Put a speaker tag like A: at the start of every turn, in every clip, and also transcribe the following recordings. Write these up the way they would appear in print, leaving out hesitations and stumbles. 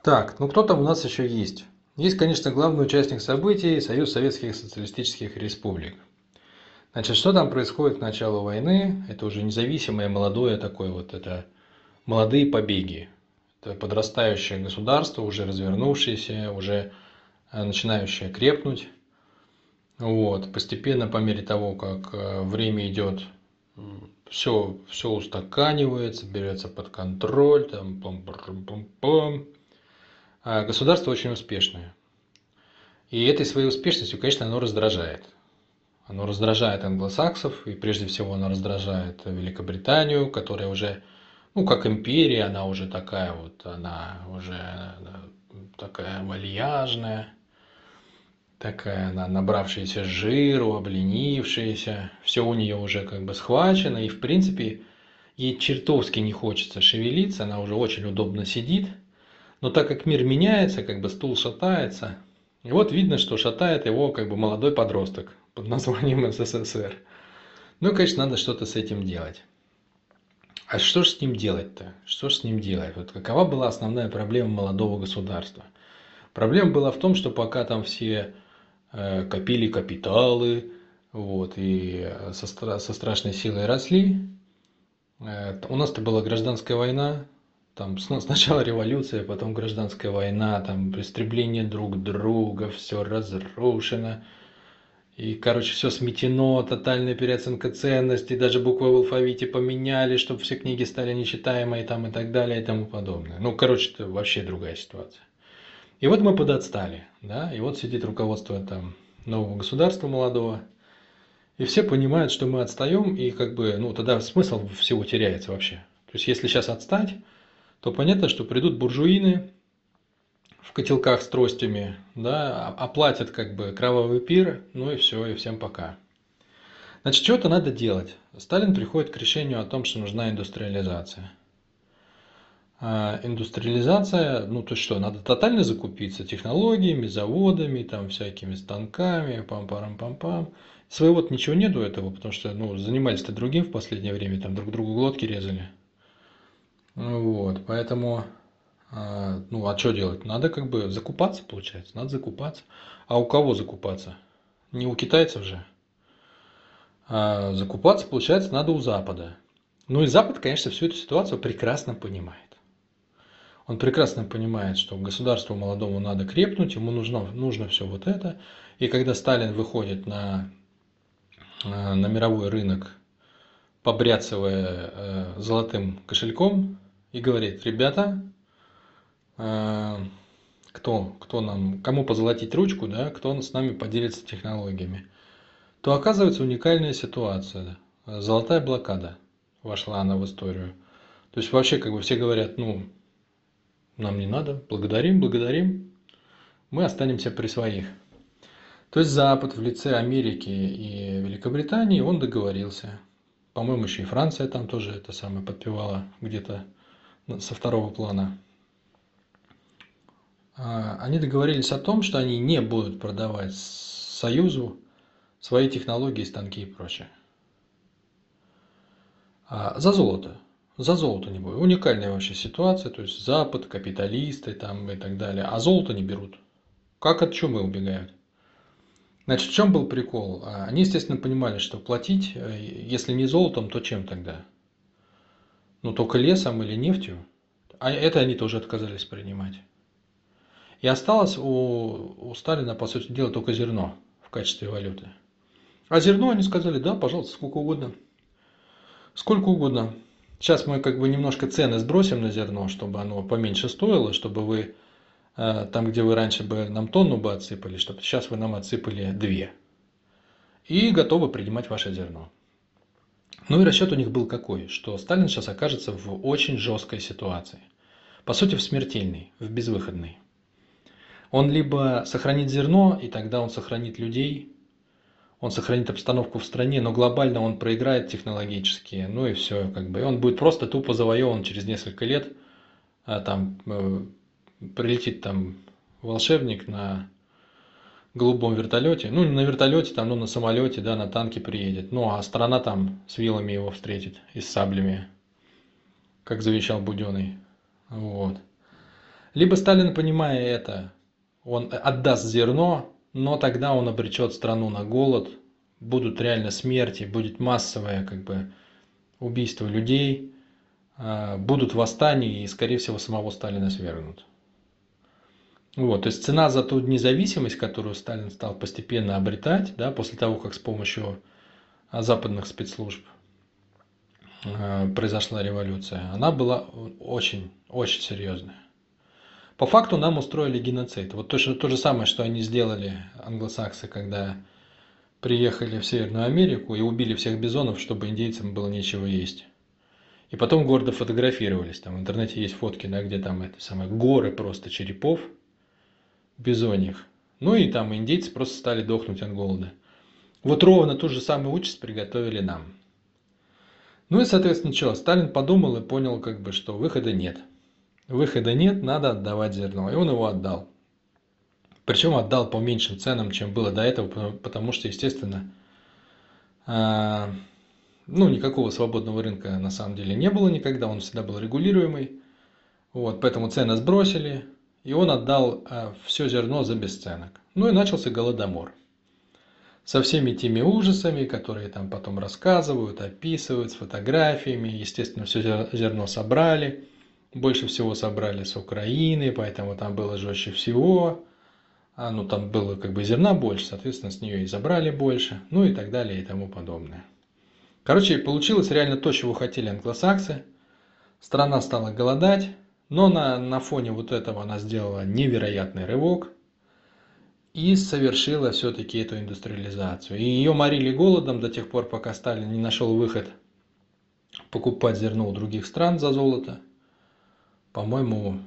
A: Так, ну кто там у нас еще есть? Есть, конечно, главный участник событий — Союз Советских Социалистических Республик. Значит, что там происходит к началу войны? Это уже независимое, молодое такое вот, это молодые побеги. Это подрастающее государство, уже развернувшееся, уже начинающее крепнуть. Вот. Постепенно, по мере того, как время идет, все устаканивается, берется под контроль, там, пам-пам-пам-пам. А государство очень успешное. И этой своей успешностью, конечно, оно раздражает. Оно раздражает англосаксов, и прежде всего оно раздражает Великобританию, которая уже, ну, как империя, она уже такая вот, она уже такая вальяжная, такая она набравшаяся жиру, обленившаяся, все у нее уже как бы схвачено, и в принципе ей чертовски не хочется шевелиться, она уже очень удобно сидит, но так как мир меняется, как бы стул шатается, и вот видно, что шатает его как бы молодой подросток под названием СССР. Ну, конечно, надо что-то с этим делать. А что же с ним делать-то? Что же с ним делать? Вот какова была основная проблема молодого государства? Проблема была в том, что пока там все копили капиталы, вот, и со страшной силой росли, у нас-то была гражданская война, там сначала революция, потом гражданская война, там истребление друг друга, все разрушено. И, короче, все сметено, тотальная переоценка ценностей, даже буквы в алфавите поменяли, чтобы все книги стали нечитаемые там и так далее и тому подобное. Ну, короче, это вообще другая ситуация. И вот мы подотстали, да, и вот сидит руководство там нового государства молодого, и все понимают, что мы отстаем, и как бы, ну, тогда смысл всего теряется вообще. То есть, если сейчас отстать, то понятно, что придут буржуины в котелках с тростями, да, оплатят как бы кровавый пир, ну и все, и всем пока. Значит, что-то надо делать. Сталин приходит к решению о том, что нужна индустриализация. А индустриализация, ну то есть что, надо тотально закупиться технологиями, заводами, там всякими станками, пам-парам-пам-пам. Своего-то ничего нету этого, потому что, ну, занимались-то другим в последнее время, там друг другу глотки резали. Вот, поэтому, ну, а что делать? Надо как бы закупаться, получается, надо закупаться. А у кого закупаться? Не у китайцев же. А закупаться, получается, надо у Запада. Ну и Запад, конечно, всю эту ситуацию прекрасно понимает. Он прекрасно понимает, что государству молодому надо крепнуть, ему нужно все вот это. И когда Сталин выходит на мировой рынок, побряцывая золотым кошельком, и говорит: ребята, э, кому позолотить ручку, да, кто с нами поделится технологиями, то оказывается уникальная ситуация. Золотая блокада, вошла она в историю. То есть вообще как бы все говорят: ну, нам не надо, благодарим, благодарим, мы останемся при своих. То есть Запад в лице Америки и Великобритании, он договорился. По-моему, еще и Франция там тоже это самое подпевала где-то со второго плана. Они договорились о том, что они не будут продавать Союзу свои технологии, станки и прочее. За золото. За золото не будет. Уникальная вообще ситуация. То есть Запад, капиталисты там и так далее. А золото не берут. Как от чумы убегают. Значит, в чем был прикол? Они, естественно, понимали, что платить, если не золотом, то чем тогда? Ну, только лесом или нефтью. А это они тоже отказались принимать. И осталось у Сталина, по сути дела, только зерно в качестве валюты. А зерно они сказали: да, пожалуйста, сколько угодно. Сколько угодно. Сейчас мы как бы немножко цены сбросим на зерно, чтобы оно поменьше стоило, чтобы вы там, где вы раньше бы нам тонну бы отсыпали, чтобы сейчас вы нам отсыпали 2. И готовы принимать ваше зерно. Ну и расчет у них был какой? Что Сталин сейчас окажется в очень жесткой ситуации. По сути, в смертельной, в безвыходной. Он либо сохранит зерно, и тогда он сохранит людей, он сохранит обстановку в стране, но глобально он проиграет технологически, ну и все, как бы. И он будет просто тупо завоеван через несколько лет, там прилетит там волшебник на голубом вертолете, ну не на вертолете, там, ну на самолете, да, на танке приедет, ну а страна там с вилами его встретит и с саблями, как завещал Буденный, вот. Либо Сталин, понимая это, он отдаст зерно, но тогда он обречет страну на голод, будут реально смерти, будет массовое как бы убийство людей, будут восстания и, скорее всего, самого Сталина свергнут. Вот, то есть цена за ту независимость, которую Сталин стал постепенно обретать, да, после того, как с помощью западных спецслужб произошла революция, она была очень, очень серьезная. По факту нам устроили геноцид. Вот точно то же самое, что они сделали, англосаксы, когда приехали в Северную Америку и убили всех бизонов, чтобы индейцам было нечего есть. И потом гордо фотографировались. Там в интернете есть фотки, да, где там это самое, горы просто черепов бизоньих. Ну и там индейцы просто стали дохнуть от голода. Вот ровно ту же самую участь приготовили нам. Ну и, соответственно, что, Сталин подумал и понял, как бы, что выхода нет. Выхода нет, надо отдавать зерно. И он его отдал. Причем отдал по меньшим ценам, чем было до этого, потому что, естественно, ну, никакого свободного рынка на самом деле не было никогда, он всегда был регулируемый. Вот, поэтому цены сбросили, и он отдал все зерно за бесценок. Ну и начался голодомор. Со всеми теми ужасами, которые там потом рассказывают, описывают, с фотографиями. Естественно, все зерно собрали. Больше всего собрали с Украины, поэтому там было жестче всего. Ну, там было как бы зерна больше, соответственно, с нее и забрали больше. Ну и так далее и тому подобное. Короче, получилось реально то, чего хотели англосаксы. Страна стала голодать, но на фоне вот этого она сделала невероятный рывок и совершила все-таки эту индустриализацию. И ее морили голодом до тех пор, пока Сталин не нашел выход покупать зерно у других стран за золото. По-моему,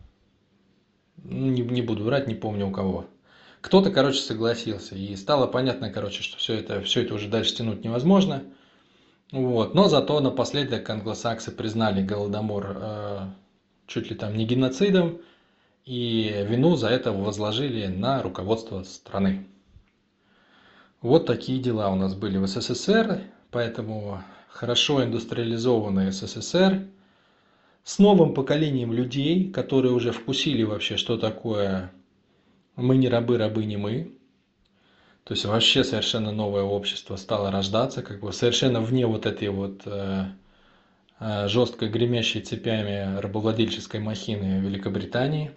A: не буду врать, не помню у кого. Кто-то, короче, согласился. И стало понятно, короче, что все это уже дальше тянуть невозможно. Вот. Но зато напоследок англосаксы признали голодомор чуть ли там не геноцидом, и вину за это возложили на руководство страны. Вот такие дела у нас были в СССР, поэтому хорошо индустриализованный СССР с новым поколением людей, которые уже вкусили вообще, что такое «мы не рабы, рабы не мы». То есть вообще совершенно новое общество стало рождаться, как бы совершенно вне вот этой вот жесткой гремящей цепями рабовладельческой махины Великобритании.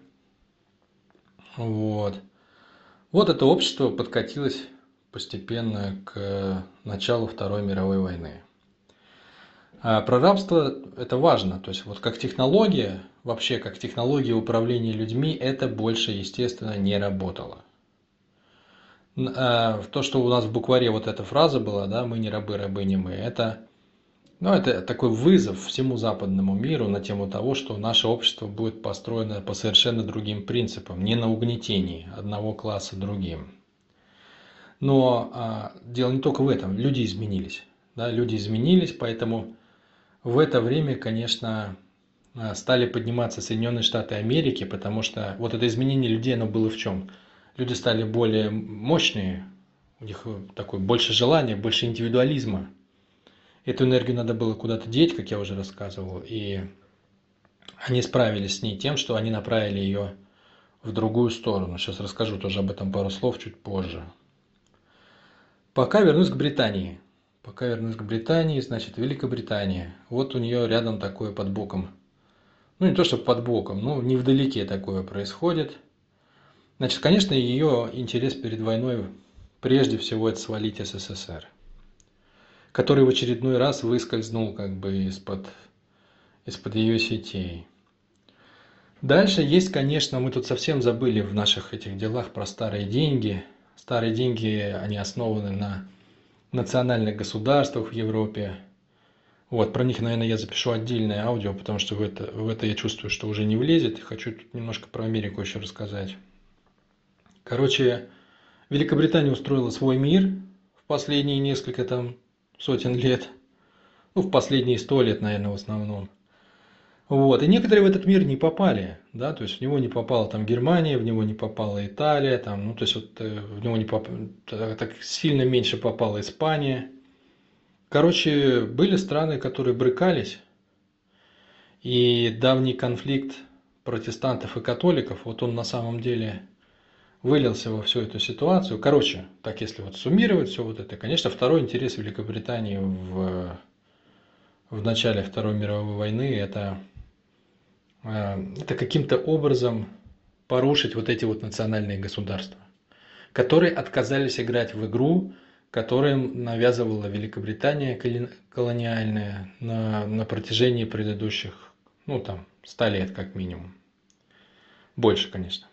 A: Вот. Вот это общество подкатилось постепенно к началу Второй мировой войны. Про рабство это важно, то есть вот как технология, вообще как технология управления людьми, это больше, естественно, не работало. То, что у нас в букваре вот эта фраза была, да, мы не рабы, рабы не мы, это такой вызов всему западному миру на тему того, что наше общество будет построено по совершенно другим принципам, не на угнетении одного класса другим. Но дело не только в этом, люди изменились. Да, люди изменились, поэтому в это время, конечно, стали подниматься Соединенные Штаты Америки, потому что вот это изменение людей, оно было в чем? Люди стали более мощные, у них такое больше желания, больше индивидуализма. Эту энергию надо было куда-то деть, как я уже рассказывал, и они справились с ней тем, что они направили ее в другую сторону. Сейчас расскажу тоже об этом пару слов чуть позже. Пока вернусь к Британии. Значит, Великобритания. Вот у нее рядом такое под боком. Ну, не то, что под боком, но невдалеке такое происходит. Значит, конечно, ее интерес перед войной прежде всего это свалить СССР, который в очередной раз выскользнул как бы из-под ее сетей. Дальше есть, конечно, мы тут совсем забыли в наших этих делах про старые деньги. Старые деньги, они основаны на национальных государствах в Европе. Вот, про них, наверное, я запишу отдельное аудио, потому что в это я чувствую, что уже не влезет. Хочу тут немножко про Америку еще рассказать. Короче, Великобритания устроила свой мир в последние несколько там сотен лет. Ну, в последние 100 лет, наверное, в основном. Вот, и некоторые в этот мир не попали, да, то есть в него не попала там Германия, в него не попала Италия, там, ну, то есть вот в него не так сильно меньше попала Испания. Короче, были страны, которые брыкались, и давний конфликт протестантов и католиков, вот он на самом деле вылился во всю эту ситуацию. Короче, так если вот суммировать все вот это, конечно, второй интерес Великобритании в начале Второй мировой войны это каким-то образом порушить вот эти вот национальные государства, которые отказались играть в игру, которую навязывала Великобритания колониальная на протяжении предыдущих, ну там, 100 лет как минимум. Больше, конечно.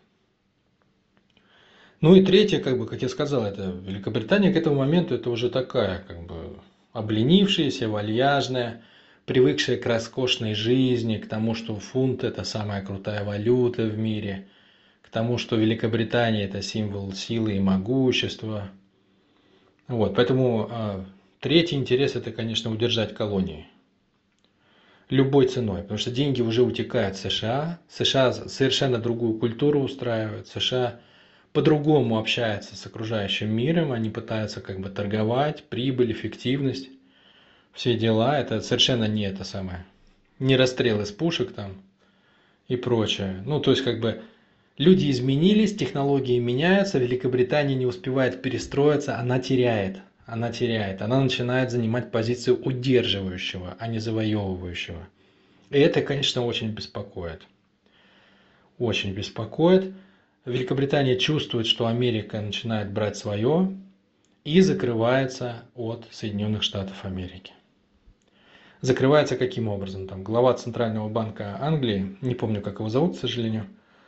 A: Ну и третье, как бы, как я сказал, это Великобритания к этому моменту это уже такая, как бы, обленившаяся, вальяжная, привыкшая к роскошной жизни, к тому, что фунт это самая крутая валюта в мире, к тому, что Великобритания это символ силы и могущества. Вот, поэтому третий интерес это, конечно, удержать колонии. Любой ценой, потому что деньги уже утекают в США, США совершенно другую культуру устраивают, США по-другому общаются с окружающим миром, они пытаются как бы торговать, прибыль, эффективность, все дела, это совершенно не это самое, не расстрел из пушек там и прочее. Ну, то есть как бы люди изменились, технологии меняются, Великобритания не успевает перестроиться, она теряет, она начинает занимать позицию удерживающего, а не завоевывающего. И это, конечно, очень беспокоит. Очень беспокоит. Великобритания чувствует, что Америка начинает брать свое и закрывается от Соединенных Штатов Америки. Закрывается каким образом? Там глава Центрального банка Англии, не помню, как его зовут, к сожалению,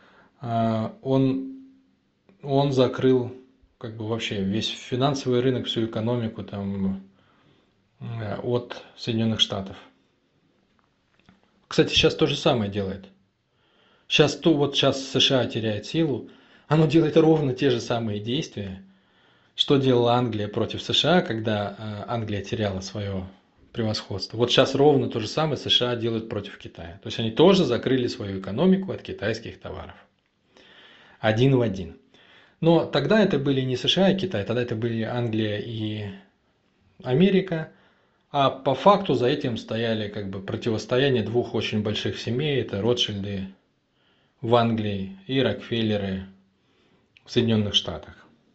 A: он закрыл как бы вообще весь финансовый рынок, всю экономику там, от Соединенных Штатов. Кстати, сейчас то же самое делает. Сейчас США теряет силу, оно делает ровно те же самые действия, что делала Англия против США, когда Англия теряла свое превосходство. Вот сейчас ровно то же самое США делают против Китая. То есть они тоже закрыли свою экономику от китайских товаров. Один в один. Но тогда это были не США и Китай, тогда это были Англия и Америка. А по факту за этим стояли как бы противостояние двух очень больших семей. Это Ротшильды в Англии и Рокфеллеры в Соединенных Штатах.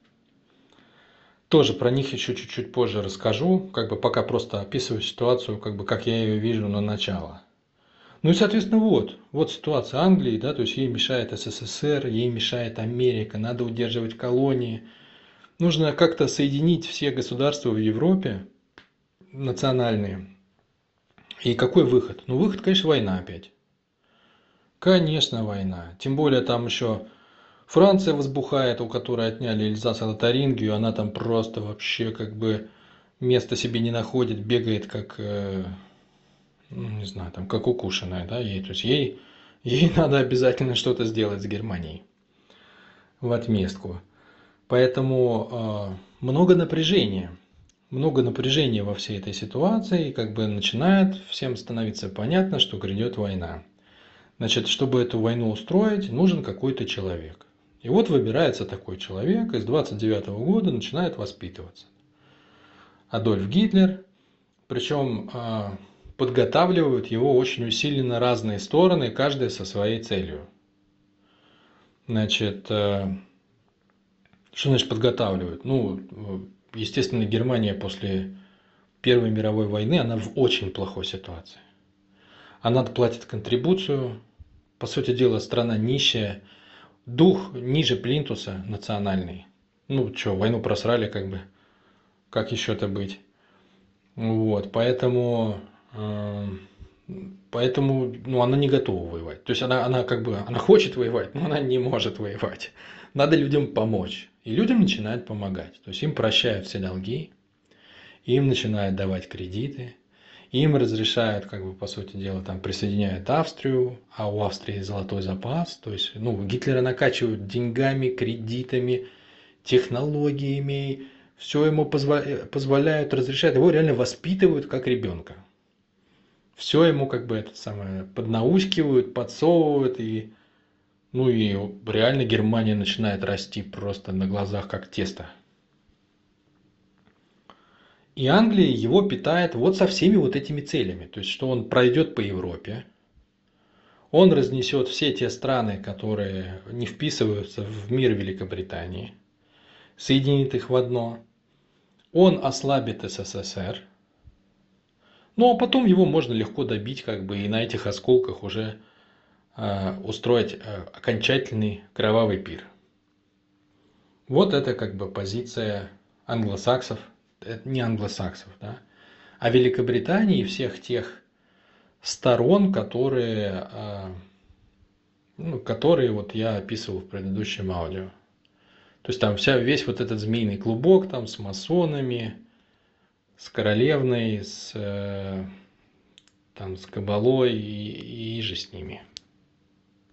A: Тоже про них еще чуть-чуть позже расскажу, как бы пока просто описываю ситуацию, как бы как я ее вижу на начало. Ну и, соответственно, вот ситуация Англии, да, то есть ей мешает СССР, ей мешает Америка, надо удерживать колонии. Нужно как-то соединить все государства в Европе, национальные. И какой выход? Ну, выход, конечно, война опять. Конечно, война. Тем более там еще Франция возбухает, у которой отняли Эльзас-Лотарингию, она там просто вообще как бы места себе не находит, бегает как, ну, не знаю, там как укушенная, да, ей, то есть ей надо обязательно что-то сделать с Германией в отместку. Поэтому много напряжения во всей этой ситуации, и как бы начинает всем становиться понятно, что грядет война. Значит, чтобы эту войну устроить, нужен какой-то человек. И вот выбирается такой человек, из 29 года начинает воспитываться. Адольф Гитлер, причем подготавливают его очень усиленно разные стороны, каждая со своей целью. Значит, что значит подготавливают? Ну, естественно, Германия после Первой мировой войны, она в очень плохой ситуации. Она платит контрибуцию, по сути дела, страна нищая, дух ниже плинтуса национальный. Ну, что, войну просрали, как бы, как еще-то быть. Вот, поэтому, ну, она не готова воевать. То есть она как бы, она хочет воевать, но она не может воевать. Надо людям помочь. И людям начинают помогать. То есть им прощают все долги, им начинают давать кредиты, им разрешают, как бы, по сути дела, там присоединяют Австрию, а у Австрии золотой запас. То есть, ну, Гитлера накачивают деньгами, кредитами, технологиями, все ему позволяют, разрешают, его реально воспитывают как ребенка. Все ему как бы это самое поднаускивают, подсовывают, и, ну и реально Германия начинает расти просто на глазах как тесто. И Англия его питает вот со всеми вот этими целями. То есть, что он пройдет по Европе, Он разнесет все те страны, которые не вписываются в мир Великобритании, соединит их в одно. Он ослабит СССР. Ну а потом его можно легко добить, как бы, и на этих осколках уже устроить окончательный кровавый пир. Вот это как бы позиция англосаксов, не англосаксов, да, а Великобритании и всех тех сторон, которые, ну, которые вот я описывал в предыдущем аудио. То есть там весь вот этот змеиный клубок там с масонами, с королевной, там, с кабалой и же с ними.